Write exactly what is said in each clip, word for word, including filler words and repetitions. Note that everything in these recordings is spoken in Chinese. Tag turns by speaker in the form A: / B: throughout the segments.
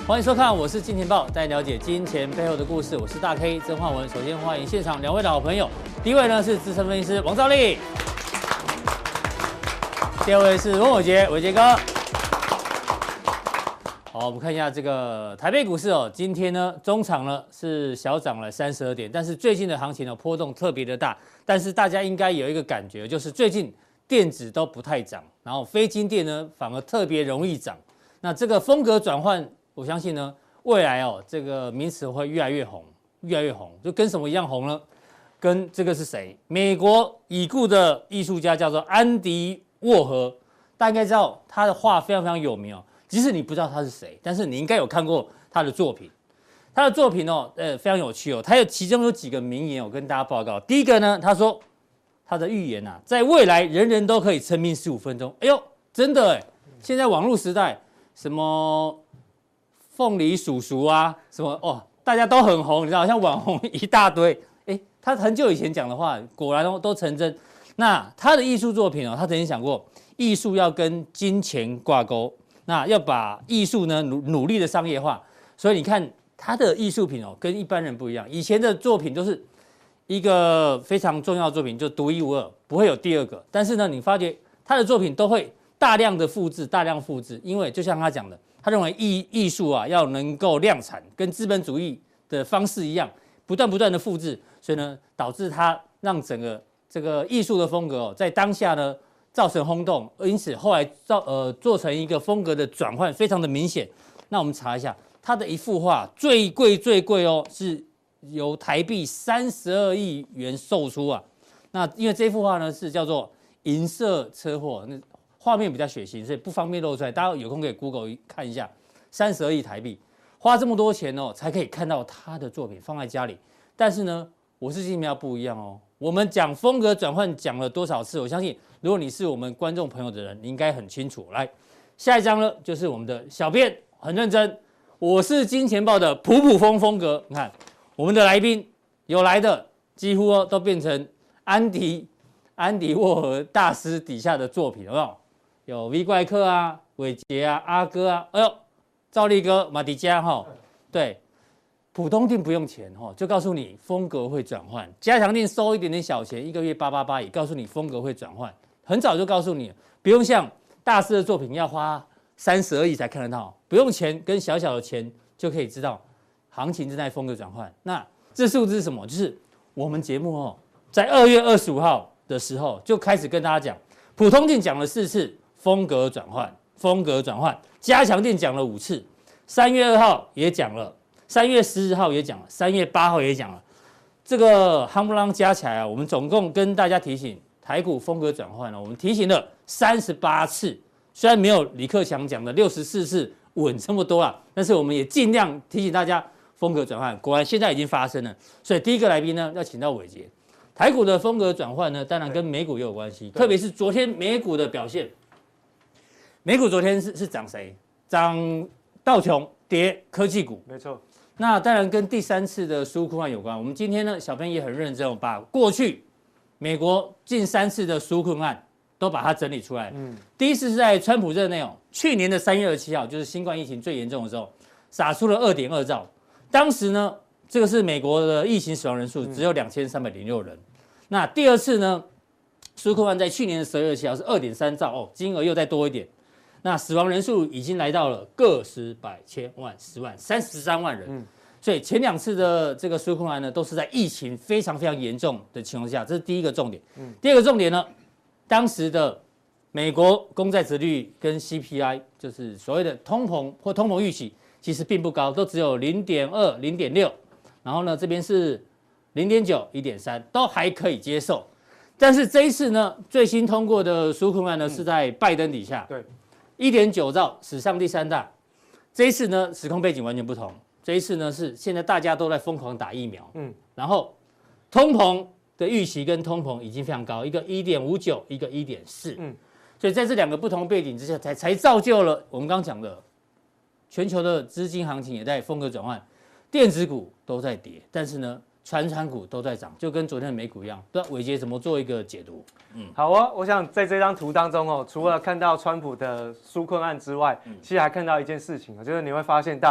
A: 欢迎收看，我是金钱豹，带你了解金钱背后的故事。我是大 K 曾焕文。首先欢迎现场两位的好朋友，第一位呢是资深分析师王兆立，第二位是翁伟杰，伟杰哥。好，我们看一下这个台北股市哦，今天呢中场呢是小涨了三十二点，但是最近的行情呢波动特别的大，但是大家应该有一个感觉，就是最近电子都不太涨，然后非金电呢反而特别容易涨。那这个风格转换，我相信呢未来哦这个名词会越来越红，越来越红，就跟什么一样红呢？跟这个是谁？美国已故的艺术家叫做安迪沃荷，大家应该知道他的画非常非常有名哦。即使你不知道他是谁，但是你应该有看过他的作品。他的作品哦，呃，非常有趣哦。他有其中有几个名言，我跟大家报告。第一个呢，他说他的预言啊，在未来人人都可以沉迷十五分钟。哎呦，真的哎！现在网络时代，什么凤梨叔叔啊，什么哦，大家都很红，你知道，像网红一大堆。哎，他很久以前讲的话，果然都成真。那他的艺术作品哦，他曾经想过，艺术要跟金钱挂钩。那要把艺术呢努努力的商业化，所以你看他的艺术品哦，跟一般人不一样。以前的作品都是一个非常重要的作品，就独一无二，不会有第二个。但是呢，你发觉他的作品都会大量的复制，大量复制，因为就像他讲的，他认为艺艺术啊要能够量产，跟资本主义的方式一样，不断不断的复制，所以呢，导致他让整个这个艺术的风格哦，在当下呢。造成轰动，因此后来造呃做成一个风格的转换，非常的明显。那我们查一下，他的一幅画最贵最贵哦，是由台币三十二亿元售出啊。那因为这幅画呢是叫做银色车祸，那画面比较血腥，所以不方便露出来。大家有空可以 Google 看一下，三十二亿台币，花这么多钱哦，才可以看到他的作品放在家里。但是呢，我是金钱豹不一样哦。我们讲风格转换讲了多少次？我相信，如果你是我们观众朋友的人，你应该很清楚。来，下一张呢，就是我们的小编很认真。我是金钱豹的普普风风格。你看，我们的来宾有来的，几乎哦都变成安迪安迪沃荷大师底下的作品，有没有？有 V 怪客啊、伟杰啊、阿哥啊，哎呦，兆立哥、马迪加哈，对。普通店不用钱哈，就告诉你风格会转换。加强店收一点点小钱，一个月八八八，也告诉你风格会转换。很早就告诉你，不用像大师的作品要花三十二亿才看得到，不用钱跟小小的钱就可以知道行情正在风格转换。那这数字是什么？就是我们节目哦，在二月二十五号的时候就开始跟大家讲，普通店讲了四次风格转换，风格转换，加强店讲了五次，三月二号也讲了。三月十日号也讲了，三月八号也讲了，这个夯不啷加起来啊，我们总共跟大家提醒台股风格转换了，我们提醒了三十八次，虽然没有李克强讲的六十四次稳这么多啦，但是我们也尽量提醒大家风格转换，果然现在已经发生了。所以第一个来宾呢，要请到伟杰。台股的风格转换呢，当然跟美股也有关系，特别是昨天美股的表现。美股昨天是是涨谁？涨道琼，跌科技股，
B: 没错。
A: 那当然跟第三次的纾困案有关。我们今天呢，小编也很认真，把过去美国近三次的纾困案都把它整理出来。嗯，第一次是在川普任内哦，去年的三月二十七号，就是新冠疫情最严重的时候，撒出了二点二兆。当时呢，这个是美国的疫情死亡人数只有两千三百零六人。那第二次呢，纾困案在去年的十月二十七号是二点三兆哦，金额又再多一点。那死亡人数已经来到了个十百千万十万三十三万人，嗯，所以前两次的这个纾困案呢，都是在疫情非常非常严重的情况下，这是第一个重点。嗯，第二个重点呢，当时的美国公债殖率跟 C P I， 就是所谓的通膨或通膨预期，其实并不高，都只有零点二、零点六，然后呢这边是零点九、一点三，都还可以接受。但是这一次呢，最新通过的纾困案呢，是在拜登底下，
B: 对。
A: 一点九兆，史上第三大。这一次呢，时空背景完全不同。这一次呢，是现在大家都在疯狂打疫苗，嗯，然后通膨的预期跟通膨已经非常高，一个一点五九，一个一点四，嗯，所以在这两个不同背景之下，才才造就了我们刚刚讲的，全球的资金行情也在风格转换，电子股都在跌，但是呢，传产股都在涨，就跟昨天的美股一样。不知道伟杰怎么做一个解读？
B: 嗯，好啊，我想在这张图当中哦，除了看到川普的纾困案之外，嗯、其实还看到一件事情，就是你会发现到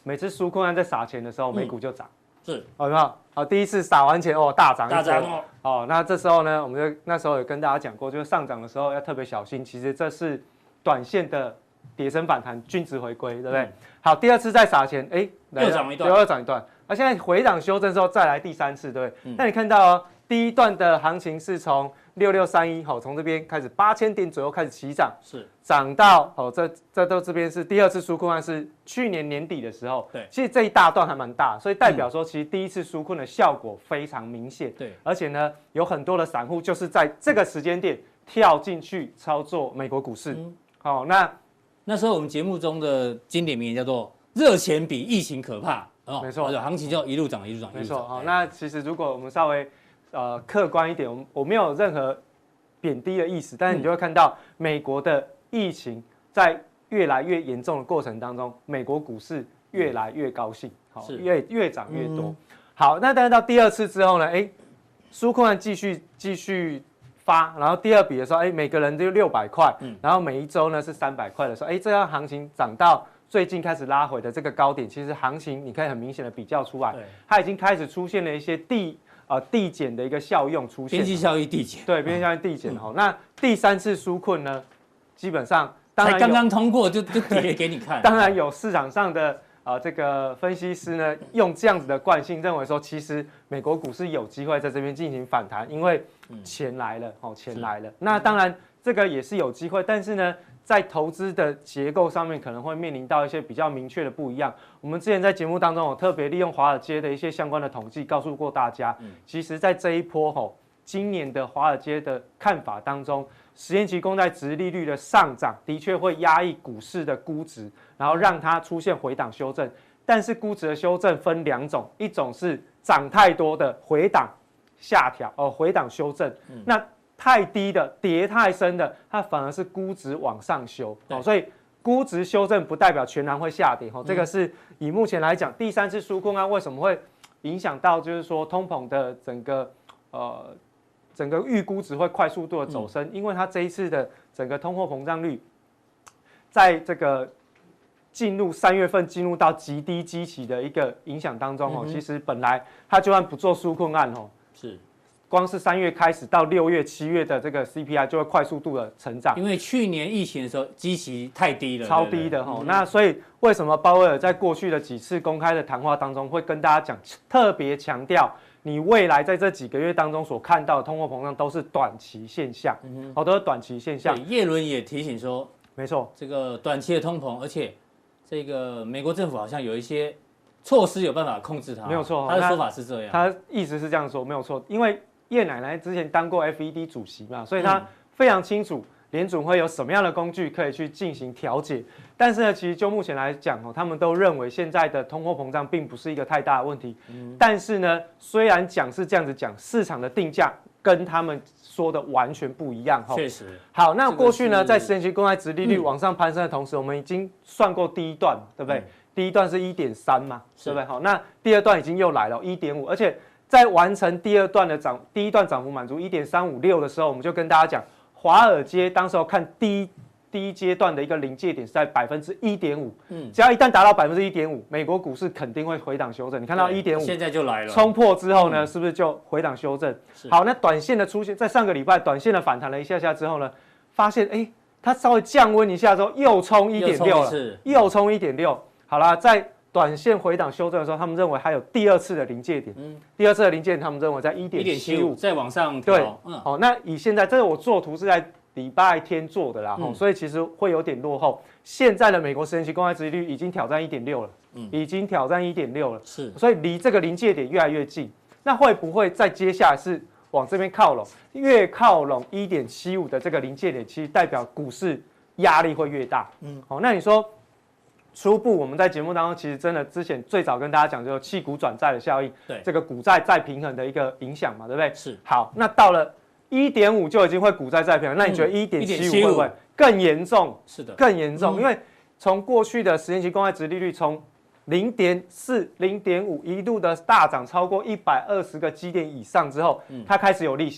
B: 每次纾困案在撒钱的时候，美股就涨。
A: 是，
B: 有没有？好，第一次撒完钱哦，大涨一
A: 大涨
B: 波。
A: 哦。
B: 哦，那这时候呢，我们就那时候有跟大家讲过，就是上涨的时候要特别小心。其实这是短线的跌升反弹，均值回归，对不对？嗯、好，第二次再撒钱，哎，
A: 又涨一段，
B: 又涨一段。那、啊、现在回档修正之后再来第三次，对不对？嗯、那你看到哦，第一段的行情是从六六三一，好，从这边开始八千点左右开始起涨，
A: 是
B: 涨到哦，这这到这边是第二次纾困案，是去年年底的时候，
A: 对，
B: 其实这一大段还蛮大，所以代表说其实第一次纾困的效果非常明显，
A: 对，
B: 而且呢，有很多的散户就是在这个时间点跳进去操作美国股市，嗯、好，那
A: 那时候我们节目中的经典名言叫做“热钱比疫情可怕”，哦，
B: 没错，
A: 行情就一路涨一路涨，
B: 没错，好，那其实如果我们稍微呃客观一点，我我没有任何贬低的意思，但是你就会看到美国的疫情在越来越严重的过程当中，美国股市越来越高兴，好，越越涨越多。嗯、好，那但是到第二次之后呢，哎，纾困案继续继续发，然后第二笔的时候，哎，每个人就六百块，嗯、然后每一周呢是三百块的时候，哎，这样行情涨到最近开始拉回的这个高点，其实行情你可以很明显的比较出来，它已经开始出现了一些递呃递减的一个效用出现，
A: 边际效益递减，
B: 对，边际效益递减哈。嗯、那第三次纾困呢，基本上当然
A: 才刚刚通过就就跌给你看，
B: 当然有市场上的呃这个分析师呢，用这样子的惯性认为说，其实美国股市有机会在这边进行反弹，因为钱来了哦，钱来了。那当然这个也是有机会，但是呢，在投资的结构上面可能会面临到一些比较明确的不一样。我们之前在节目当中，我特别利用华尔街的一些相关的统计，告诉过大家，其实在这一波吼，今年的华尔街的看法当中，十年期公债殖利率的上涨的确会压抑股市的估值，然后让它出现回档修正。但是估值的修正分两种，一种是涨太多的回档下调哦，回档修正，嗯、那太低的跌太深的，它反而是估值往上修，哦，所以估值修正不代表全然会下跌，哦，这个是以目前来讲，第三次纾困案为什么会影响到，就是说通膨的整个呃整个预估值会快速度的走升，嗯、因为它这一次的整个通货膨胀率，在这个进入三月份进入到极低基期的一个影响当中，哦，嗯、其实本来它就算不做纾困案，哦，
A: 是。
B: 光是三月开始到六月、七月的这个 C P I 就会快速度的成长，
A: 因为去年疫情的时候基期太低了，
B: 超低的哈。那所以为什么鲍威尔在过去的几次公开的谈话当中会跟大家讲，特别强调你未来在这几个月当中所看到的通货膨胀都是短期现象，嗯、哦，都是短期现象。
A: 耶伦也提醒说，
B: 没错，
A: 这个短期的通膨，而且这个美国政府好像有一些措施有办法控制它，
B: 没有错，
A: 他的说法是这样，
B: 他意思是这样说，没有错，因为叶奶奶之前当过 F E D 主席嘛，所以她非常清楚联准会有什么样的工具可以去进行调节。但是呢，其实就目前来讲哦，他们都认为现在的通货膨胀并不是一个太大的问题。嗯、但是呢，虽然讲是这样子讲，市场的定价跟他们说的完全不一样。
A: 确实。
B: 好，那过去呢，在十年期公债殖利率往上攀升的同时，嗯、我们已经算过第一段，对不对？嗯、第一段是 一点三 嘛，对不对？好，那第二段已经又来了 一点五，而且在完成第二段的涨，第一段涨幅满足 一点三五六 的时候，我们就跟大家讲，华尔街当时候看第一第一阶段的一个临界点是在百分之一点五，嗯，只要一旦达到百分之一点五，美国股市肯定会回档修正。你看到一点五，
A: 现在就来了，
B: 冲破之后呢，嗯、是不是就回档修正？好，那短线的出现，在上个礼拜短线的反弹了一下下之后呢，发现哎，它稍微降温一下之后，又冲 一点六 了，又冲 一点六，好啦，在短线回档修正的时候，他们认为还有第二次的临界点。嗯，第二次的临界点，他们认为在 一点七五，
A: 再往上调。
B: 对，嗯，好，那以现在这个我做图是在礼拜天做的啦，嗯、所以其实会有点落后。现在的美国十年期公债殖利率已经挑战 一点六 了，嗯，已经挑战 一点六 了，
A: 是，
B: 所以离这个临界点越来越近。那会不会再接下来是往这边靠拢？越靠拢 一点七五 的这个临界点，其实代表股市压力会越大。嗯，好，那你说？初步我们在节目当中，其实真的之前最早跟大家讲，就是弃股转债的效应，
A: 对
B: 这个股债再平衡的一个影响嘛，对不对？
A: 是。
B: 好，那到了 一点五 就已经会股债再平衡，那你觉得 一点七五 会不会更严重？
A: 是的，
B: 更严重，
A: 嗯、
B: 因为从过去的十年期公债殖利率从 零点四、零点五 一路的大涨超过一百二十个基点以上之后，嗯、它开始有利息了。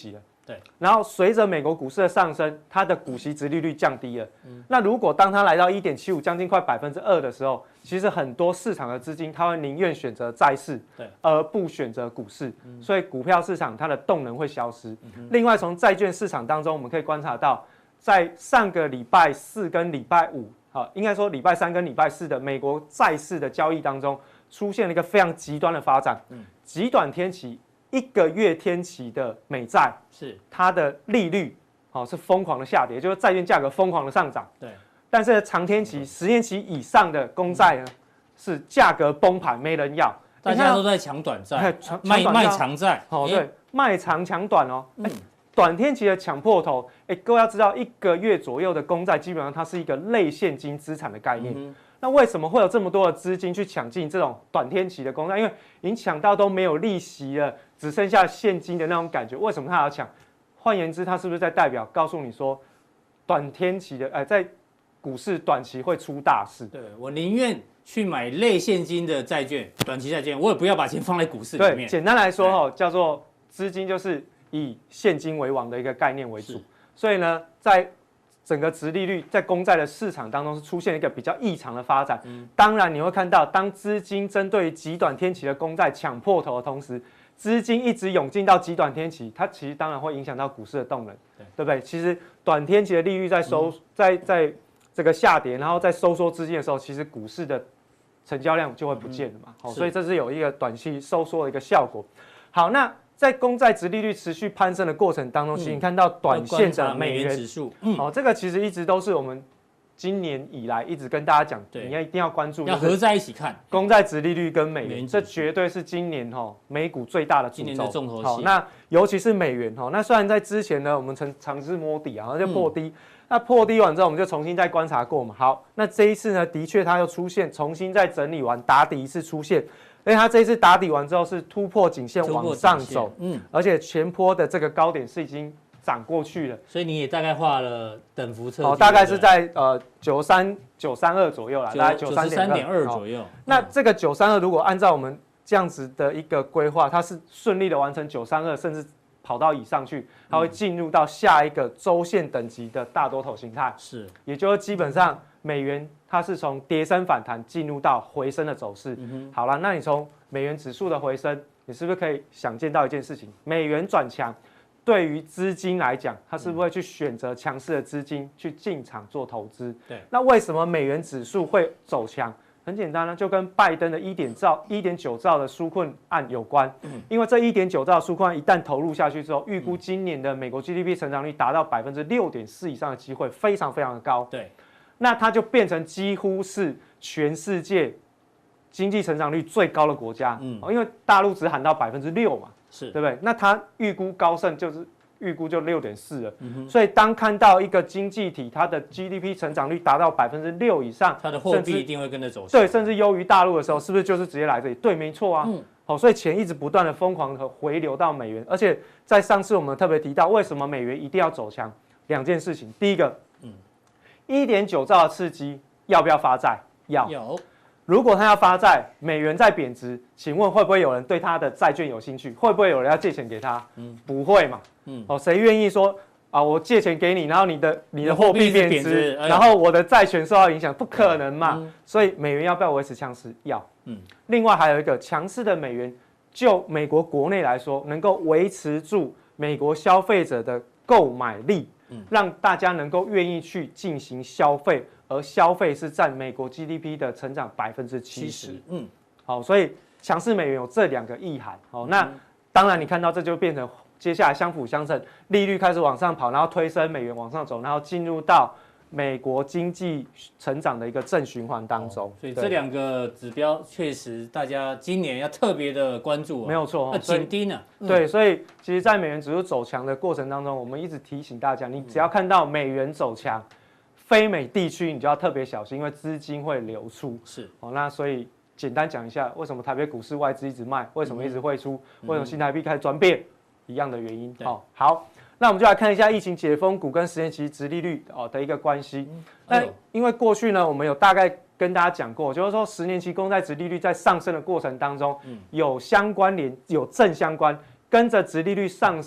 A: 对。
B: 然后随着美国股市的上升，它的股息殖利率降低了。嗯。那如果当它来到一点七五，将近快百分之二的时候，其实很多市场的资金，它会宁愿选择债市，
A: 对，
B: 而不选择股市。嗯。所以股票市场它的动能会消失。嗯。另外，从债券市场当中，我们可以观察到，在上个礼拜四跟礼拜五，啊，应该说礼拜三跟礼拜四的美国债市的交易当中，出现了一个非常极端的发展。嗯。极短天期。一个月天期的美债
A: 是
B: 它的利率，哦是疯狂的下跌，就是债券价格疯狂的上涨。
A: 对，
B: 但是长天期、十年期以上的公债呢，是价格崩盘，没人要，
A: 大家都在抢短债，卖卖长债。
B: 哦，对，卖长抢短哦。嗯，短天期的抢破头，哎，各位要知道，一个月左右的公债，基本上它是一个类现金资产的概念。嗯，那为什么会有这么多的资金去抢进这种短天期的公债？因为已经抢到都没有利息了。只剩下现金的那种感觉，为什么他要抢？换言之，他是不是在代表告诉你说，短天期的，呃，在股市短期会出大事？
A: 对，我宁愿去买类现金的债券、短期债券，我也不要把钱放在股市里面。
B: 对，简单来说哈，叫做资金就是以现金为王的一个概念为主。所以呢，在整个殖利率在公债的市场当中是出现一个比较异常的发展。嗯，当然你会看到，当资金针对于极短天期的公债抢破头的同时，资金一直涌进到极短天期，它其实当然会影响到股市的动能，对，对不对？其实短天期的利率在收，在在这个下跌，然后在收缩资金的时候，其实股市的成交量就会不见了嘛。好、嗯，所以这是有一个短期收缩的一个效果。好，那在公债殖利率持续攀升的过程当中，其实你看到短线的美元指数，嗯，好、哦，这个其实一直都是我们今年以来一直跟大家讲，你要一定要关注，
A: 要合在一起看
B: 公债殖利率跟美元，这绝对是今年哈美股最大的主轴，
A: 重头戏。
B: 那尤其是美元哈，那虽然在之前呢，我们曾尝试摸底啊，就破低，嗯、那破低完之后，我们就重新再观察过嘛。好，那这一次呢，的确它又出现，重新再整理完打底一次出现。因为它这一次打底完之后是突破颈线往上走，嗯，而且前波的这个高点是已经涨过去了，
A: 所以你也大概画了等幅测，
B: 哦，大概是在呃九三九三二左右啦，大概九三
A: 点二左右。
B: 那这个九三二如果按照我们这样子的一个规划，它是顺利的完成九三二，甚至跑到以上去，它会进入到下一个周线等级的大多头形态，
A: 是，
B: 也就是基本上美元它是从跌升反弹进入到回升的走势。嗯、好了，那你从美元指数的回升，你是不是可以想见到一件事情？美元转强，对于资金来讲，它是不是会去选择强势的资金去进场做投资？
A: 对。
B: 那为什么美元指数会走强？很简单呢，就跟拜登的一点兆、一点九兆的纾困案有关。嗯。因为这一点九兆纾困案一旦投入下去之后，预估今年的美国 G D P 成长率达到百分之六点四以上的机会，非常非常的高。
A: 对。
B: 那它就变成几乎是全世界经济成长率最高的国家，嗯，因为大陆只喊到百分之六嘛，
A: 是
B: 对不对？那它预估高盛就是预估就六点四了，嗯、所以当看到一个经济体它的 G D P 成长率达到百分之六以上，
A: 它的货币一定会跟着走，
B: 对，甚至优于大陆的时候，是不是就是直接来这里？对，没错啊，嗯，好、哦，所以钱一直不断的疯狂的回流到美元，而且在上次我们特别提到，为什么美元一定要走强？两件事情，第一个，嗯。一点九兆的刺激要不要发债？要。
A: 有。
B: 如果他要发债，美元在贬值，请问会不会有人对他的债券有兴趣？会不会有人要借钱给他？嗯，不会嘛。嗯，哦，谁愿意说啊？我借钱给你，然后你的你的货币贬值，哎、然后我的债权受到影响，不可能嘛。嗯、所以美元要不要维持强势？要。嗯。另外还有一个强势的美元，就美国国内来说，能够维持住美国消费者的购买力。嗯、让大家能够愿意去进行消费，而消费是占美国 G D P 的成长百分之七十。嗯，好，所以强势美元有这两个意涵。好，那、嗯、当然你看到这就变成接下来相辅相成，利率开始往上跑，然后推升美元往上走，然后进入到美国经济成长的一个正循环当中。哦、
A: 所以这两个指标确实大家今年要特别的关注、啊。
B: 没有错，
A: 要紧盯呢。
B: 嗯、对，所以其实，在美元指数走强的过程当中，我们一直提醒大家，你只要看到美元走强，非美地区你就要特别小心，因为资金会流出。
A: 是。
B: 哦，那所以简单讲一下，为什么台北股市外资一直卖，为什么一直汇出，嗯、为什么新台币开始转贬，一样的原因。好、哦，好。那我们就来看一下疫情解封股跟十年期殖利率哦的一个关系。那、嗯、因为过去呢，我们有大概跟大家讲过，就是说十年期公债殖利率在上升的过程当中，嗯、有相关联，有正相关，跟着殖利率上升，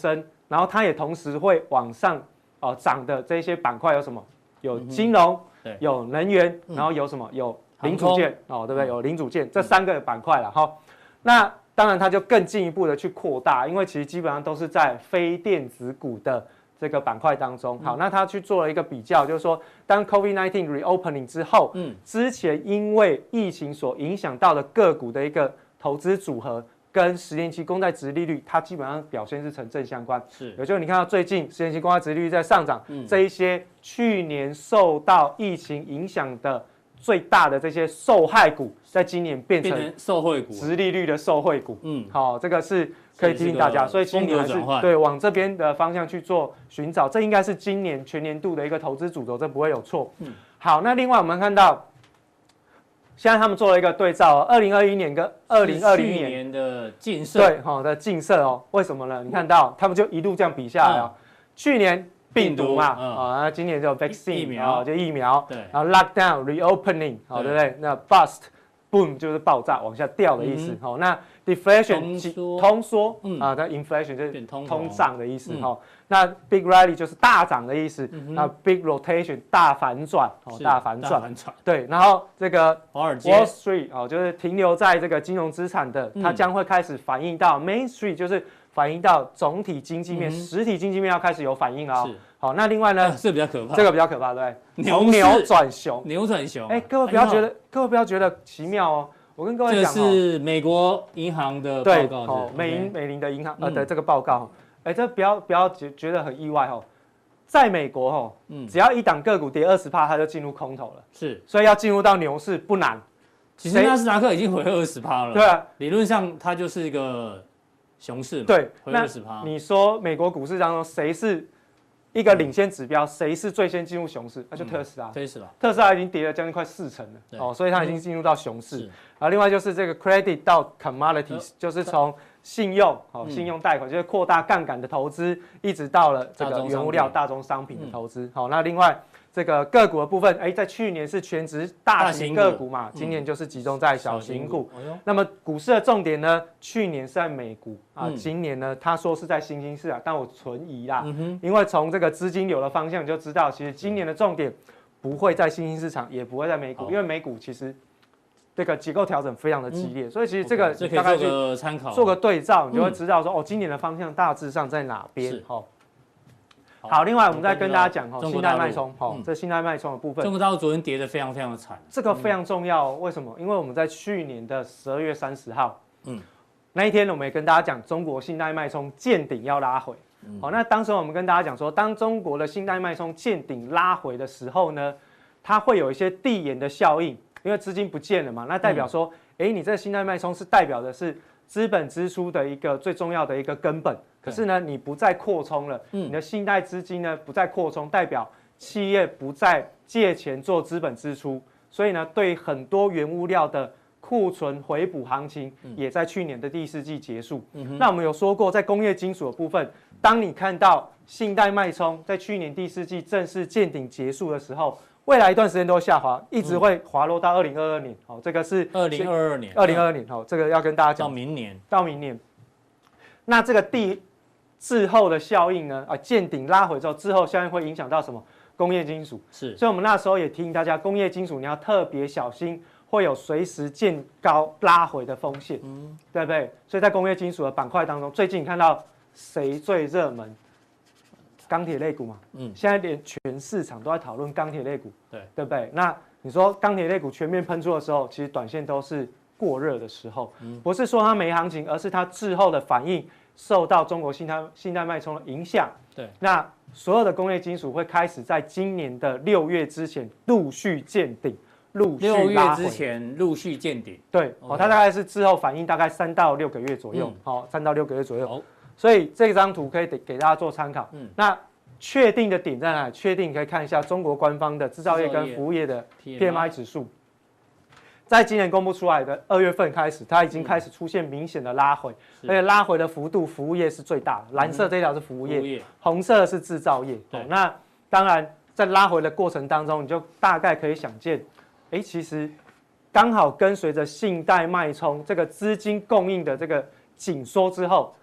B: 然后它也同时会往上哦涨的这些板块有什么？有金融，
A: 嗯、
B: 有能源，然后有什么？有零组件哦，对不对？有零组件这三个板块了哈。那当然它就更进一步的去扩大，因为其实基本上都是在非电子股的这个板块当中。好，那他去做了一个比较，就是说当 COVID 十九 reopening 之后，嗯，之前因为疫情所影响到的个股的一个投资组合。跟十年期公债殖利率，它基本上表现是成正相关。
A: 是，
B: 也就是你看到最近十年期公债殖利率在上涨，嗯、这一些去年受到疫情影响的最大的这些受害股，在今年变成
A: 受惠股，
B: 殖利率的受惠股。嗯，好，这个是可以提醒大家，所以今年还是对往这边的方向去做寻找，这应该是今年全年度的一个投资主轴，这不会有错。嗯，好，那另外我们看到。现在他们做了一个对照、哦，二零二一年跟二零二零年
A: 去年的净色，
B: 对，好、哦、的净色哦，为什么呢？你看到他们就一路这样比下来哦，嗯、去年病毒嘛，啊、嗯哦，那今年就 vaccine
A: 疫苗、哦，
B: 就疫苗，
A: 对，
B: 然后 lockdown reopening， 好、哦，对不对？那 bust boom 就是爆炸往下掉的意思，好、嗯哦，那 deflation 通缩，嗯啊，它 inflation 就是通胀的意思，哈、嗯。那 big rally 就是大涨的意思，嗯、那 big rotation 大反转，哦，大反转，对，然后这个 Wall Street 哦，就是停留在这个金融资产的，嗯、它将会开始反映到 Main Street， 就是反映到总体经济面，嗯、实体经济面要开始有反应了、哦。好，那另外呢，
A: 这比较可怕，
B: 这个比较可怕，对不对？从牛转熊，
A: 牛转熊，
B: 哎，各位不要觉得，各位不要觉得奇妙哦。我跟各位讲，
A: 这是美国银行的报告，
B: 对，哦，美银美林的银行呃的这个报告。哎，这不要不要觉觉得很意外哦，在美国哦，嗯，只要一档个股跌二十趴，它就进入空头了。是，所以要进入到牛市不难。
A: 其实纳斯达克已经回二十趴了。
B: 对啊，
A: 理论上它就是一个熊市嘛。
B: 对，
A: 回二十趴。
B: 你说美国股市当中谁是一个领先指标？谁是最先进入熊市？那就特斯拉。
A: 特斯拉，
B: 特斯拉已经跌了将近快四成了哦，所以它已经进入到熊市。啊，另外就是这个 credit 到 commodities， 就是从信用，哦，信用贷款就是扩大杠杆的投资，一直到了这个原物料、大宗商品的投资。好，那另外这个个股的部分，哎，在去年是全职大型个股嘛，今年就是集中在小型股。那么股市的重点呢，去年是在美股啊，今年呢，他说是在新兴市场，但我存疑啦，因为从这个资金流的方向就知道，其实今年的重点不会在新兴市场，也不会在美股，因为美股其实。这个结构调整非常的激烈，嗯、所以其实这个
A: 大概去参考，
B: 做个对照，你就会知道说、嗯、哦，今年的方向大致上在哪边。好，好，另外我们再跟大家讲哦，信贷脉冲，好、嗯，这信贷脉冲的部分，
A: 中国大陆昨天跌得非常非常的惨，
B: 这个非常重要、哦。为什么？因为我们在去年的十二月三十号，嗯，那一天我们也跟大家讲，中国信贷脉冲见顶要拉回。嗯、好，那当时我们跟大家讲说，当中国的信贷脉冲见顶拉回的时候呢，它会有一些递延的效应。因为资金不见了嘛，那代表说，哎、嗯，你这个信贷脉冲是代表的是资本支出的一个最重要的一个根本。可是呢，你不再扩充了，嗯、你的信贷资金呢不再扩充，代表企业不再借钱做资本支出，所以呢，对很多原物料的库存回补行情也在去年的第四季结束。嗯、那我们有说过，在工业金属的部分，当你看到信贷脉冲在去年第四季正式见顶结束的时候。未来一段时间都会下滑，一直会滑落到二零二二年。好、哦，这个是
A: 二零二二年，
B: 二零二二年。好、哦，这个要跟大家讲。
A: 到明年，
B: 到明年。那这个地滞后的效应呢？啊，见顶拉回之后，滞后效应会影响到什么？工业金属。是。所以我们那时候也提醒大家，工业金属你要特别小心，会有随时见高拉回的风险。嗯，对不对？所以在工业金属的板块当中，最近你看到谁最热门？钢铁类股嘛，嗯，现在连全市场都在讨论钢铁类股，对对不对？那你说钢铁类股全面喷出的时候，其实短线都是过热的时候，嗯、不是说它没行情，而是它滞后的反应受到中国信贷信贷脉冲的影响。对，那所有的工业金属会开始在今年的六月之前陆续见顶，陆续拉回。六月
A: 之前陆续见顶，
B: 对，哦，它大概是滞后反应大概三到六个月左右，好、嗯，三、哦、到六个月左右。哦所以这张图可以给给大家做参考。嗯，那确定的点在哪里？确定你可以看一下中国官方的制造业跟服务业的 P M I 指数，在今年公布出来的二月份开始，它已经开始出现明显的拉回，而且拉回的幅度，服务业是最大的。蓝色这条是服务业，服务业红色是制造业。对，那当然在拉回的过程当中，你就大概可以想见，哎，其实刚好跟随着信贷脉冲这个资金供应的这个紧缩之后。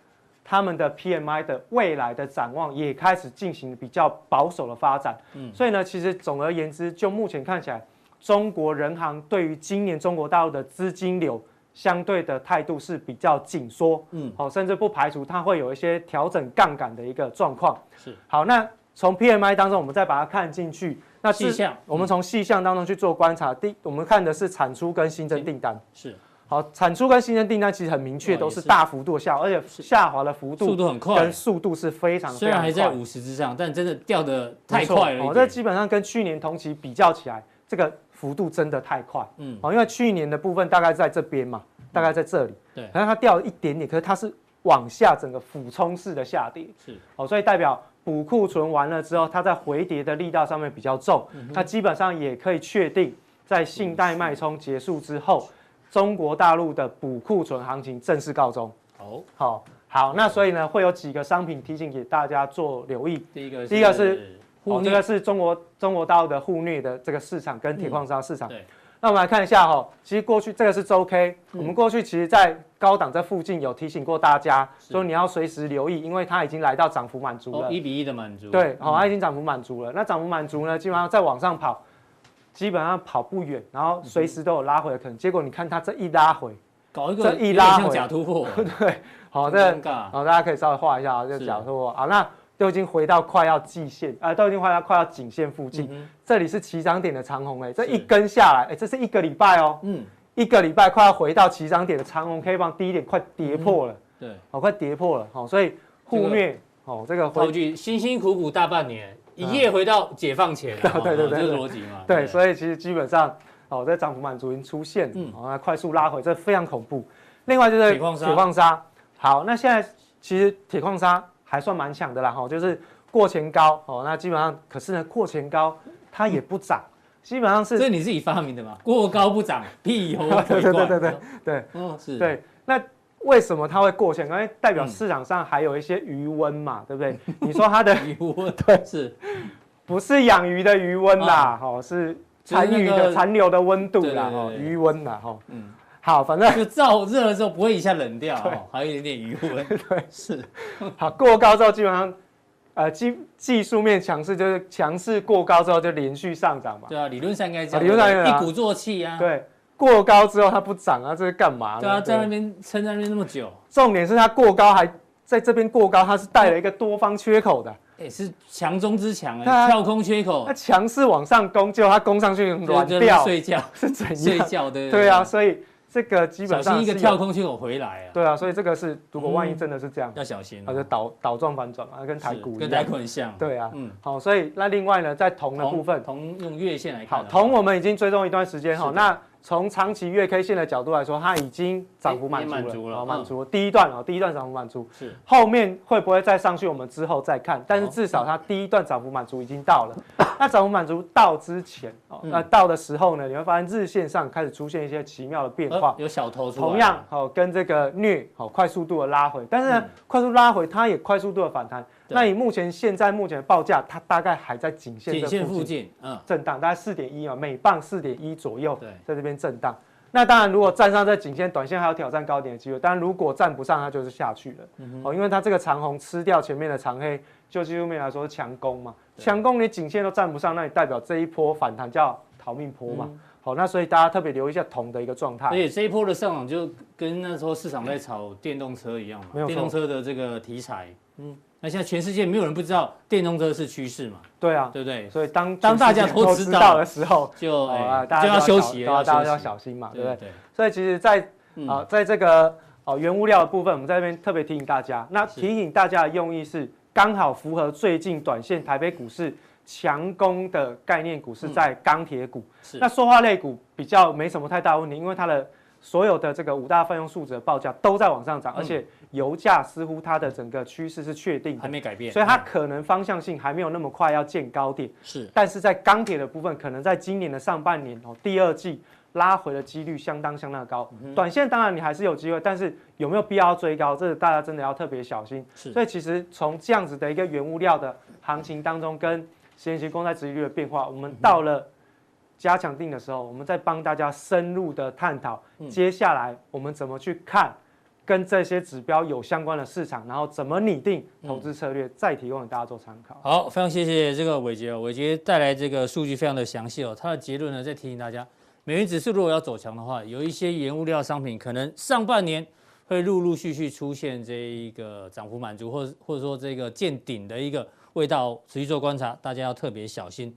B: 他们的 P M I 的未来的展望也开始进行比较保守的发展。嗯，所以呢，其实总而言之，就目前看起来，中国人行对于今年中国大陆的资金流相对的态度是比较紧缩，嗯，好，甚至不排除它会有一些调整杠杆的一个状况。
A: 是，
B: 好，那从 P M I 当中，我们再把它看进去，那
A: 细项，
B: 我们从细项当中去做观察。第，我们看的是产出跟新增订单。
A: 是，
B: 好，产出跟新增订单其实很明确，都是大幅度下滑，而且下滑的幅度
A: 速度很快，
B: 跟速度是非常非常快。
A: 虽然还在五十之上，但真的掉的太快了。
B: 哦，这基本上跟去年同期比较起来，这个幅度真的太快。嗯，哦，因为去年的部分大概在这边嘛。大概在这里，对，然后它掉了一点点，可是它是往下整个俯冲式的下跌，是，哦，所以代表补库存完了之后，它在回跌的力道上面比较重，嗯、那基本上也可以确定，在信贷脉冲结束之后，中国大陆的补库存行情正式告终。好，好，好，那所以呢，会有几个商品提醒给大家做留意。
A: 第一个，
B: 第一个是，哦，这个是中国中国大陆的沪镍的这个市场跟铁矿砂市场。嗯、对。那我们来看一下哈，其实过去这个是周 K，、嗯、我们过去其实在高档这附近有提醒过大家，说你要随时留意，因为它已经来到涨幅满足了，
A: 一、哦、比一的满足。
B: 对，好、嗯，它已经涨幅满足了。那涨幅满足呢，基本上再往上跑，基本上跑不远，然后随时都有拉回的可能。结果你看它这一拉回，
A: 搞一个
B: 这一拉回
A: 像假突破，
B: 对，好，这好，大家可以稍微画一下啊，这假突破啊，那。都已经回到快要季线，啊、呃，都已经回到快要颈线附近。嗯、这里是起涨点的长红，哎，这一根下来，哎，这是一个礼拜哦，嗯，一个礼拜快要回到起涨点的长红 K 棒低点快跌破了，嗯、对，哦，快跌破了，好、哦，所以沪镍，哦，这个
A: 回句辛辛苦苦大半年，一夜回到解放前，
B: 对对对对，
A: 这个逻辑嘛，
B: 对，所以其实基本上，哦，这涨幅满足已经出现，嗯，哦，那快速拉回，这非常恐怖。另外就是铁矿砂，铁矿砂，好，那现在其实铁矿砂还算蛮强的啦，哈，就是。过前高哦，那基本上，可是呢，过前高它也不涨，基本上是。
A: 这是你自己发明的吗？过高不涨，屁猴
B: 对对对对对对，
A: 哦是。
B: 对，那为什么它会过前高？因为代表市场上还有一些余温嘛，对不对？你说它的
A: 余温，
B: 对，
A: 是，
B: 不是养鱼的余温啦？哦，是残余的残留的温度啦，哦，余温啦，哈，嗯。好，反正
A: 就燥热的时候不会一下冷掉，哦，还有一点点余温。
B: 对，
A: 是。
B: 好，过高之后基本上。呃，技技术面强势就是强势过高之后就连续上涨嘛。
A: 对啊，理论上应该这样。
B: 理论上
A: 一鼓作气啊。
B: 对，过高之后它不涨啊，这是干嘛？
A: 对啊，在那边撑在那边那么久。
B: 重点是它过高还在这边过高，它是带了一个多方缺口的。
A: 哎，是强中之强哎，跳空缺口。
B: 它强势往上攻，结果它攻上去软掉，
A: 睡觉
B: 是怎样？
A: 睡觉的。
B: 对啊，所以。这个基本上
A: 小心一个跳空缺口回来啊！
B: 对啊，所以这个是如果万一真的是这样，
A: 要小心，
B: 它就倒倒状反转嘛，跟台股一样，
A: 跟台股很像。
B: 对啊，嗯，好，所以那另外呢，在铜的部分，
A: 铜用月线来看，
B: 好，铜我们已经追踪一段时间哈，那从长期月 K 线的角度来说，它已经涨幅满足了，满足了第一段哦，第一段涨幅满足，是后面会不会再上去，我们之后再看，但是至少它第一段涨幅满足已经到了。那涨幅满足到之前哦，那到的时候呢，你会发现日线上开始出现一些奇妙的变化，
A: 有小头出来，
B: 同样哦，跟这个镍哦快速度的拉回，但是呢，快速拉回它也快速度的反弹。那以目前现在目前的报价，它大概还在颈线
A: 颈线附近，
B: 嗯，震荡大概四点一嘛，每磅四点一左右，对，在这边震荡。那当然，如果站上这颈线，短线还有挑战高点的机会。当然，如果站不上，它就是下去了。嗯、哦，因为它这个长红吃掉前面的长黑，就技术面来说是强攻嘛。强攻你颈线都站不上，那你代表这一波反弹叫逃命波嘛。嗯、好，那所以大家特别留意一下铜的一个状态。
A: 而且这一波的上涨就跟那时候市场在炒电动车一样嘛，电动车的这个题材。嗯。那现在全世界没有人不知道电动车是趋势嘛？
B: 对啊，
A: 对不对？
B: 所以当
A: 当大家都知道
B: 的时候，
A: 就
B: 啊，
A: 大家要休息，
B: 大家要小心嘛，对不对？所以其实，在啊，在这个哦原物料的部分，我们在这边特别提醒大家。那提醒大家的用意是，刚好符合最近短线台北股市强攻的概念股是在钢铁股。那塑化类股比较没什么太大问题，因为它的所有的这个五大泛用数值的报价都在往上涨，而且油价似乎它的整个趋势是确定的，
A: 还没改变，
B: 所以它可能方向性还没有那么快要见高点。是，但是在钢铁的部分，可能在今年的上半年哦，第二季拉回的几率相当相当高。嗯、短线当然你还是有机会，但是有没有必要追高，这大家真的要特别小心。所以其实从这样子的一个原物料的行情当中，跟十年期公债殖利率的变化，我们到了加强定的时候，我们再帮大家深入的探讨，接下来我们怎么去看跟这些指标有相关的市场，然后怎么拟定投资策略，嗯、再提供给大家做参考。
A: 好，非常谢谢这个伟杰哦，伟杰带来这个数据非常的详细哦。他的结论呢，再提醒大家，美元指数如果要走强的话，有一些原物料商品可能上半年会陆陆续续出现这一个涨幅满足，或者或者说这个见顶的一个味道，持续做观察，大家要特别小心。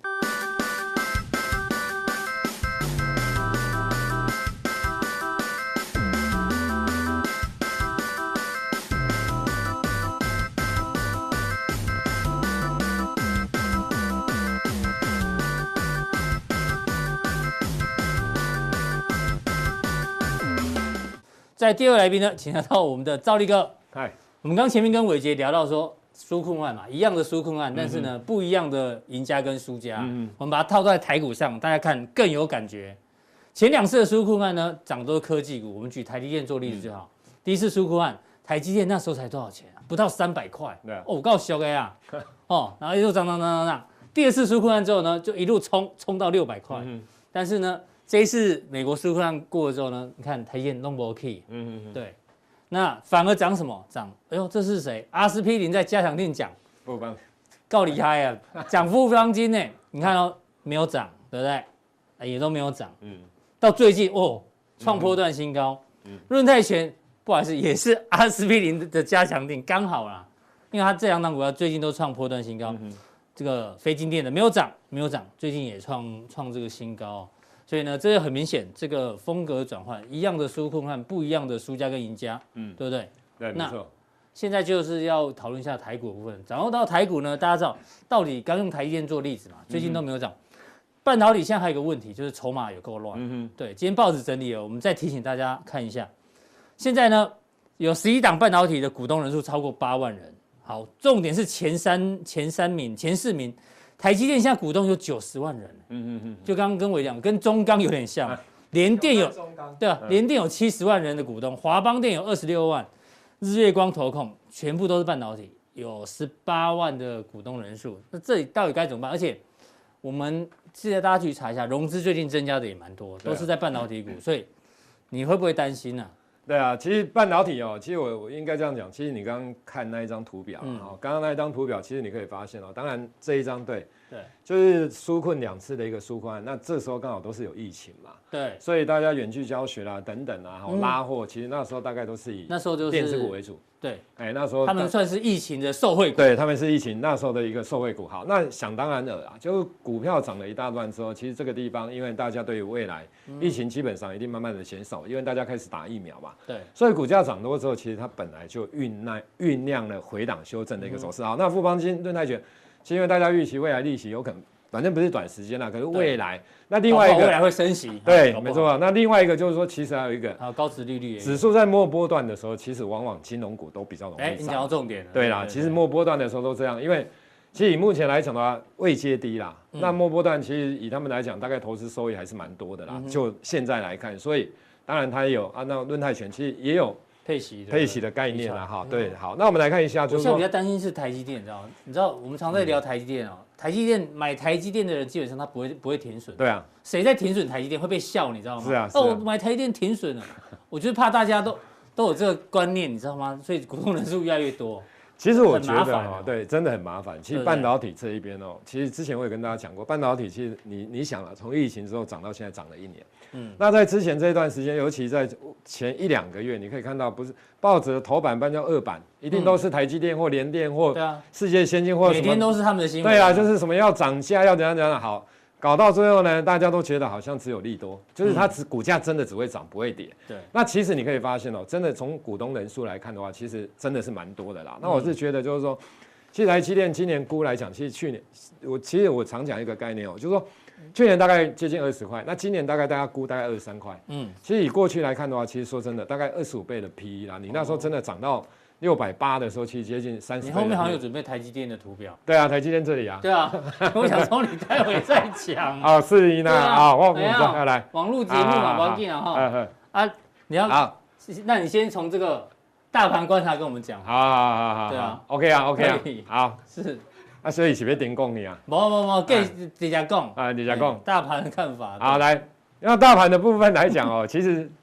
A: 在第二位来宾呢，请来到我们的兆立哥。
C: 嗨，
A: 我们刚前面跟伟杰聊到说纾困案嘛，一样的纾困案，但是呢、嗯、不一样的赢家跟输家，嗯、我们把它套在台股上，大家看更有感觉。前两次的纾困案呢，涨都是科技股，我们举台积电做例子就好。嗯、第一次纾困案，台积电那时候才多少钱啊？不到三百块。对、啊，哦，我告诉小哥呀，哦，然后一路涨涨涨涨涨。第二次纾困案之后呢，就一路冲冲到六百块。嗯、但是呢。这一次美国纾困案过了之后呢，你看台积电 no key， 嗯嗯嗯，对，那反而涨什么？涨，哎呦，这是谁？阿司匹林在加强定讲，
C: 富邦，
A: 够厉害啊，讲复方金呢？你看哦，没有涨，对不对？也都没有涨，嗯，到最近哦，创波段新高，嗯，润泰全不好意思，也是阿司匹林的加强定，刚好啦，因为它这两档股票最近都创波段新高，嗯、这个非金电的没有涨，没有涨，最近也创创这个新高、哦。所以呢，这个很明显，这个风格转换，一样的纾困和不一样的输家跟赢家，嗯，对不对？
C: 对，没错。
A: 现在就是要讨论一下台股的部分。然后到台股呢，大家知道，到底刚用台积电做例子嘛，最近都没有涨。嗯、半导体现在还有一个问题，就是筹码有够乱。嗯哼。对，今天报纸整理了，我们再提醒大家看一下。现在呢，有十一档半导体的股东人数超过八万人。好，重点是前三、前三名、前四名。台积电现在股东有九十万人，嗯嗯嗯，就刚刚跟我讲，跟中钢有点像，联电有，对啊，联电有七十万人的股东，华邦电有二十六万，日月光投控全部都是半导体，有十八万的股东人数，那这里到底该怎么办？而且我们现在大家去查一下，融资最近增加的也蛮多，都是在半导体股，所以你会不会担心呢、啊？
C: 对啊，其实半导体哦，其实我我应该这样讲，其实你刚刚看那一张图表，嗯，哦，刚刚那一张图表，其实你可以发现哦，当然这一张对，对，就是纾困两次的一个纾困案，那这时候刚好都是有疫情嘛，
A: 对，
C: 所以大家远距教学啦等等啊，嗯、拉货，其实那时候大概都是以
A: 那时候就是
C: 电子股为主。
A: 对，
C: 哎，那时候
A: 他们算是疫情的受惠股，
C: 对，他们是疫情那时候的一个受惠股。好，那想当然了啊，就股票涨了一大段之后，其实这个地方，因为大家对于未来、嗯、疫情基本上一定慢慢的减少，因为大家开始打疫苗嘛，
A: 对，
C: 所以股价涨多之后，其实它本来就酝酿酝酿了回档修正的一个走势。好，那富邦金、润泰全，是因为大家预期未来利息有可能。反正不是短时间啦，可是未来那另外一个
A: 未来会升息，
C: 对，没错。那另外一个就是说，其实还有一个
A: 还有高殖利率，
C: 指数在末波段的时候，其实往往金融股都比较容易涨。
A: 哎，你讲到重点了。
C: 对啦，其实末波段的时候都这样，因为其实以目前来讲的话，位阶低啦。嗯、那末波段其实以他们来讲，大概投资收益还是蛮多的啦。嗯、就现在来看，所以当然它也有啊，那润泰全其实也有。
A: 配息的
C: 配息的概念啦，哈，对，好，那我们来看一下，就是
A: 我现在比较担心是台积电，你知道吗？你知道我们常在聊台积电哦，台积电买台积电的人基本上他不会不会停损，
C: 对啊，
A: 谁在停损台积电会被笑，你知道吗？
C: 是啊，
A: 哦，我买台积电停损了，我就是怕大家都都有这个观念，你知道吗？所以股东人数越来越多。
C: 其实我觉得哈、喔，对，真的很麻烦。其实半导体这一边哦、喔，其实之前我也跟大家讲过，半导体其实你你想了，从疫情之后涨到现在涨了一年，嗯，那在之前这一段时间，尤其在前一两个月，你可以看到，不是报纸的头版版叫二版，一定都是台积电或联电或世界先进或什么，
A: 每天都是他们的新闻。
C: 对啊，就是什么要涨价，要怎样怎样好。搞到最后呢，大家都觉得好像只有利多，就是它只股价真的只会涨不会跌。
A: 对，
C: 那其实你可以发现哦，真的从股东人数来看的话，其实真的是蛮多的啦。那我是觉得就是说，其实台积电今年估来讲，其实去年我其实我常讲一个概念哦，就是说去年大概接近二十块，那今年大概大家估大概二十三块。嗯，其实以过去来看的话，其实说真的，大概二十五倍的 P E 啦，你那时候真的涨到六百八的时候，其实接近三十。
A: 你后面好像有准备台积电的图表。
C: 对啊，台积电这里啊。
A: 对啊，我想说你待会再讲。
C: 啊，是一呢啊，我我再来。
A: 网络节目嘛，不要紧啊哈。啊，你要好，那你先从这个大盘观察跟我们讲。
C: 好好好好。对啊 ，OK 啊 OK 啊，好
A: 是。
C: 啊，所以是要点讲你啊？
A: 不不不，给直接讲。
C: 啊，直接讲。
A: 大盘的看法。
C: 好，来，那大盘的部分来讲哦，其实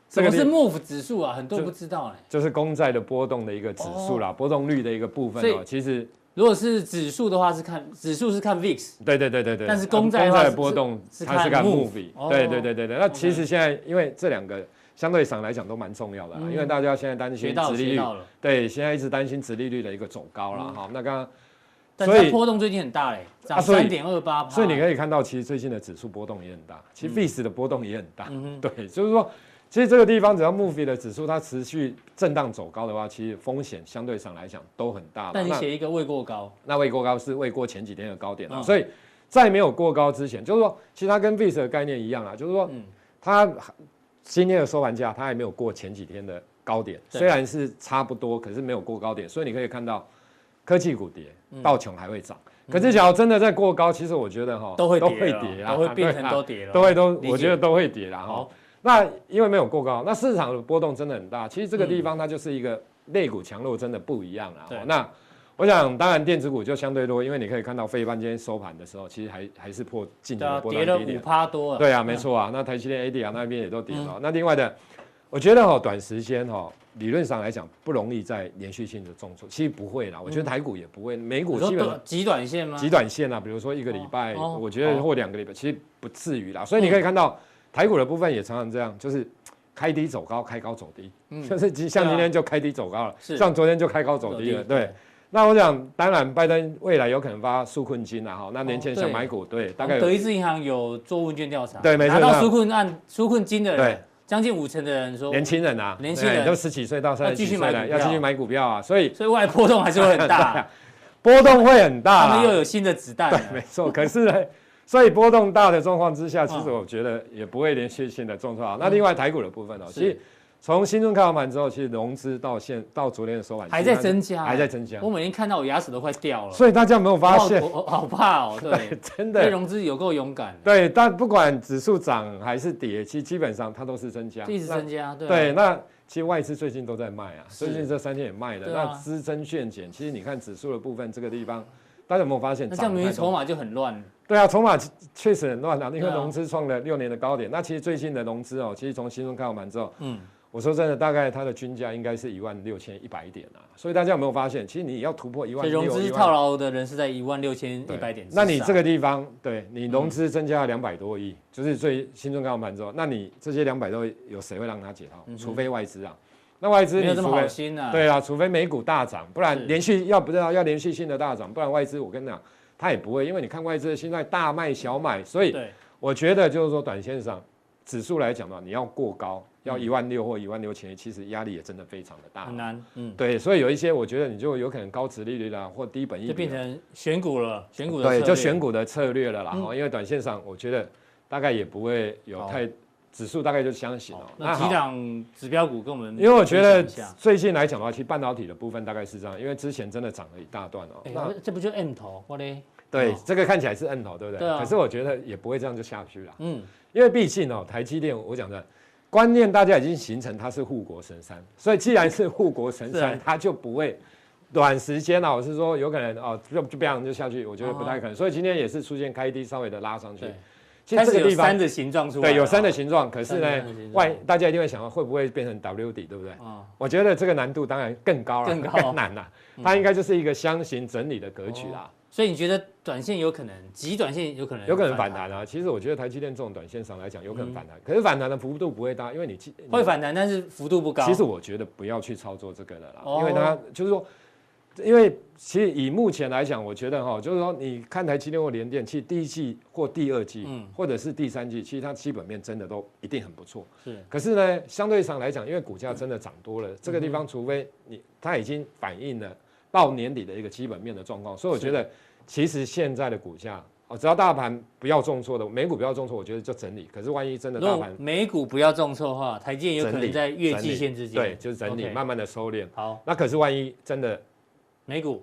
A: 什么是 M O V 指数啊？很多人不知道哎。
C: 就是公债的波动的一个指数啦，波动率的一个部分哦。其实
A: 如果是指数的话，是看指数是看 V I X。
C: 对对对对对。
A: 但是公债的
C: 波动它是看 M O V。对对对对对。那其实现在因为这两个相对上来讲都蛮重要的啦，因为大家现在担心殖利率，对，现在一直担心殖利率的一个走高啦。哈。那刚刚。
A: 但是波动最近很大嘞，涨三点二八，
C: 所以你可以看到，其实最近的指数波动也很大，其实 V I X 的波动也很大，嗯、对，就是说，其实这个地方只要 M O V 的指数它持续震荡走高的话，其实风险相对上来讲都很大。
A: 但你写一个未过高，
C: 那未过高是未过前几天的高点啊，嗯、所以在没有过高之前，就是说，其实它跟 V I X 的概念一样啊，就是说，嗯、它今天的收盘价它还没有过前几天的高点，虽然是差不多，可是没有过高点，所以你可以看到。科技股跌，道琼还会涨。嗯、可是，假如真的在过高，其实我觉得哈，
A: 都会
C: 都会跌
A: 啊，都会变成都跌了，
C: 都会都，我觉得都会跌啦哈。那因为没有过高，那市场的波动真的很大。其实这个地方它就是一个类股强弱真的不一样啦。嗯、那我想，当然电子股就相对多，因为你可以看到费半今天收盘的时候，其实还还是破近年的波段低点，
A: 跌了五趴多了。
C: 对啊，没错啊。那台积电、A D R 那边也都跌了。嗯、那另外的，我觉得哈，短时间哈。理论上来讲，不容易再连续性的重挫，其实不会啦。我觉得台股也不会，美股基本上
A: 极短线吗？
C: 极短线啊，比如说一个礼拜，哦、我觉得或两个礼拜，其实不至于啦。所以你可以看到台股的部分也常常这样，就是开低走高，开高走低，嗯、就是像今天就开低走高了，啊、像昨天就开高走低了。对，对那我想，当然拜登未来有可能发纾困金啊，哈，那年前想买股，对，大概
A: 德意志银行有做问卷调查，
C: 对，没错，
A: 拿到纾困案、纾困金的人。对将近五成的人说，
C: 年轻人啊，
A: 年轻人
C: 都十几岁到三十几岁了，要继续买股票啊，所以
A: 所以未来波动还是会很大，
C: 波动会很大，
A: 他们又有新的子弹，
C: 对，没错。可是呢，所以波动大的状况之下，其实我觉得也不会连续性的重挫啊。那另外台股的部分哦，其实从新春开完盘之后，其实融资到现到昨天的收盘
A: 还在增加，
C: 还在增加。
A: 我每天看到我牙齿都快掉了，
C: 所以大家有没有发现？
A: 我好怕哦，对，
C: 真的，
A: 融资有够勇敢。
C: 对，但不管指数涨还是跌，其实基本上它都是增加，
A: 一直增加。对，
C: 对，那其实外资最近都在卖啊，最近这三天也卖了。那资增券减，其实你看指数的部分这个地方，大家有没有发现？
A: 那这样明明筹码就很乱。
C: 对啊，筹码确实很乱啊，因为融资创了六年的高点。那其实最近的融资哦，其实从新春开完之后，嗯。我说真的，大概它的均价应该是一万六千一百点啊，所以大家有没有发现，其实你要突破一万六，
A: 融资套牢的人是在一万六千一百点。
C: 那你这个地方，对你融资增加了两百多亿，嗯、就是最新春开盘之后，那你这些两百多亿有谁会让它解套？嗯、除非外资啊，那外资
A: 没有这么好心啊。
C: 对啊，除非美股大涨，不然连续要不知道要连续性的大涨，不然外资我跟你讲，它也不会，因为你看外资现在大卖小买，所以我觉得就是说短线上指数来讲的话，你要过高。要一万六或一万六千，其实压力也真的非常的大，
A: 很难。嗯，
C: 对，所以有一些我觉得你就有可能高殖利率啦，或低本益比，
A: 就变成选股了，选股的策
C: 对，
A: 略
C: 就选股的策略了啦。嗯、因为短线上我觉得大概也不会有太指数大概就相信哦。
A: 那几档指标股跟我们，
C: 因为我觉得最近来讲的话，其实半导体的部分大概是这样，因为之前真的涨了一大段哦。
A: 那这不就 M 头我嘞？
C: 对，这个看起来是 M 头，对不对？
A: 对啊。
C: 可是我觉得也不会这样就下去了。嗯，因为毕竟哦，台积电我讲的。观念大家已经形成，它是护国神山，所以既然是护国神山，它就不会短时间啊，我是说有可能哦，就就这样就下去，我觉得不太可能。所以今天也是出现开低稍微的拉上去，
A: 其实这个地方有山的形状出来，
C: 对，有山的形状。可是呢，外大家一定会想到会不会变成 W 底，对不对？啊，我觉得这个难度当然更高了，更高更难了。它应该就是一个箱型整理的格局啦。
A: 所以你觉得短线有可能，极短线有可能，
C: 有可能反弹啊？其实我觉得台积电这种短线上来讲有可能反弹，嗯、可是反弹的幅度不会大，因为你
A: 会反弹，但是幅度不高。
C: 其实我觉得不要去操作这个了啦，哦、因为它就是说，因为其实以目前来讲，我觉得哈，就是说你看台积电或联电，其实第一季或第二季，嗯、或者是第三季，其实它基本面真的都一定很不错。是，可是呢，相对上来讲，因为股价真的涨多了，嗯、这个地方除非你它已经反映了到年底的一个基本面的状况，所以我觉得。其实现在的股价，哦，只要大盘不要重挫的，美股不要重挫，我觉得就整理。可是万一真的大盘
A: 美股不要重挫的话，台积电有可能在月季线之间，
C: 对，就是整理， okay. 慢慢的收敛。
A: 好，
C: 那可是万一真的
A: 美股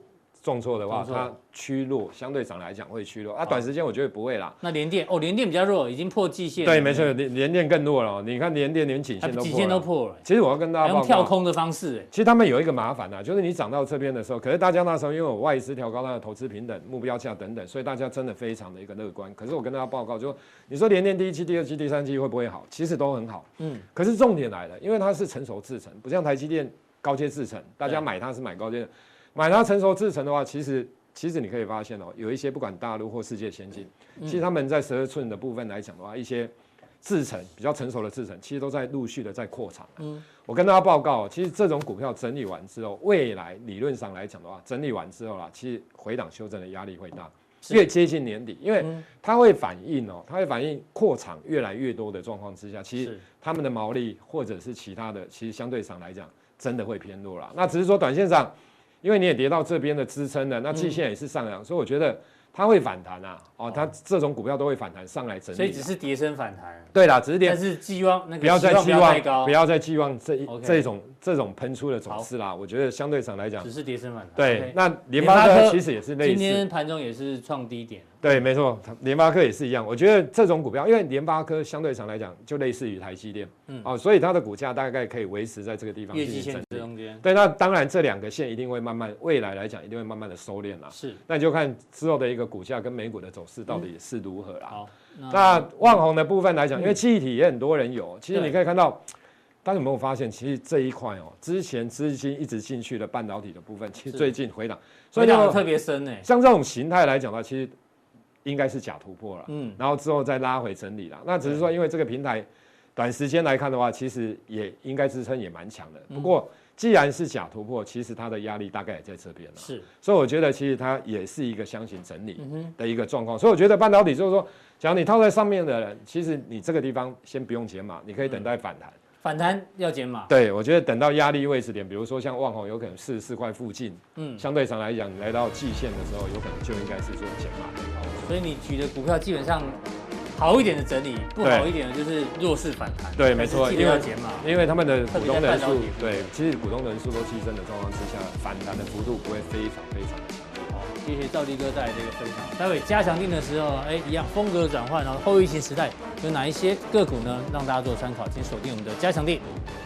C: 重挫的话，
A: 重挫
C: 它趋弱，相对上来讲会趋弱。啊，短时间我觉得不会啦。
A: 那联电哦，联电比较弱，已经破季线了。
C: 对，没错，联联电更弱了。你看联电连颈线都破了，
A: 颈线都破了。
C: 其实我要跟大家报告，
A: 用跳空的方式，哎，
C: 其实他们有一个麻烦啊，就是你涨到这边的时候，可是大家那时候因为我外资调高它的投资平等、目标价等等，所以大家真的非常的一个乐观。可是我跟大家报告，就你说联电第一季、第二季、第三季会不会好？其实都很好。嗯。可是重点来了，因为它是成熟制程，不像台积电高阶制程，大家买它是买高阶，买它成熟制程的话，其实。其实你可以发现哦，有一些不管大陆或世界先进，其实他们在十二寸的部分来讲的话，一些制程比较成熟的制程，其实都在陆续的在扩厂。嗯，我跟大家报告，其实这种股票整理完之后，未来理论上来讲的话，整理完之后啦，其实回档修正的压力会大，越接近年底，因为它会反映哦，它会反映扩厂越来越多的状况之下，其实他们的毛利或者是其他的，其实相对上来讲，真的会偏弱啦。那只是说短线上。因为你也跌到这边的支撑了，那季线也是上扬，嗯、所以我觉得它会反弹啊。哦，它这种股票都会反弹上来整理，
A: 所以只是跌升反弹。
C: 对啦，只是跌，
A: 但是寄望那个
C: 不要再寄望，不要再寄望这一
A: okay,
C: 这种这种喷出的走势啦。我觉得相对上来讲，
A: 只是跌升反弹。
C: 对，
A: okay,
C: 那联发科其实也是类似，
A: 今天盘中也是创低点。
C: 对，没错，联发科也是一样。我觉得这种股票，因为联发科相对上来讲就类似于台积电，嗯，哦，所以它的股价大概可以维持在这个地方
A: 月季线中间。
C: 对，那当然这两个线一定会慢慢，未来来讲一定会慢慢的收敛啦。
A: 是，
C: 那你就看之后的一个股价跟美股的走势到底是如何啦。
A: 好，
C: 那旺宏的部分来讲，因为记忆体也很多人有，其实你可以看到。大家有没有发现，其实这一块哦，之前资金一直进去的半导体的部分，其实最近回档，
A: 所以档特别深诶。
C: 像这种形态来讲的话，其实应该是假突破了，嗯，然后之后再拉回整理了。那只是说，因为这个平台短时间来看的话，其实也应该支撑也蛮强的。不过既然是假突破，其实它的压力大概也在这边了。
A: 是，
C: 所以我觉得其实它也是一个箱型整理的一个状况。所以我觉得半导体就是说，假如你套在上面的人，其实你这个地方先不用解码，你可以等待反弹。
A: 反弹要减码，
C: 对，我觉得等到压力位置点，比如说像旺宏有可能四十四块附近，嗯，相对上来讲，你来到季线的时候，有可能就应该是做减码的。
A: 所以你举的股票基本上好一点的整理，不好一点的就是弱势反弹。
C: 对，没错，
A: 因为要减码，
C: 因为他们的股东人数，对，其实股东人数都激增的状况之下，反弹的幅度不会非常非常的强。
A: 谢谢赵力哥带来这个分享。待会加强定的时候，哎，一样风格转换，然后后疫情时代有哪一些个股呢？让大家做参考，请锁定我们的加强定。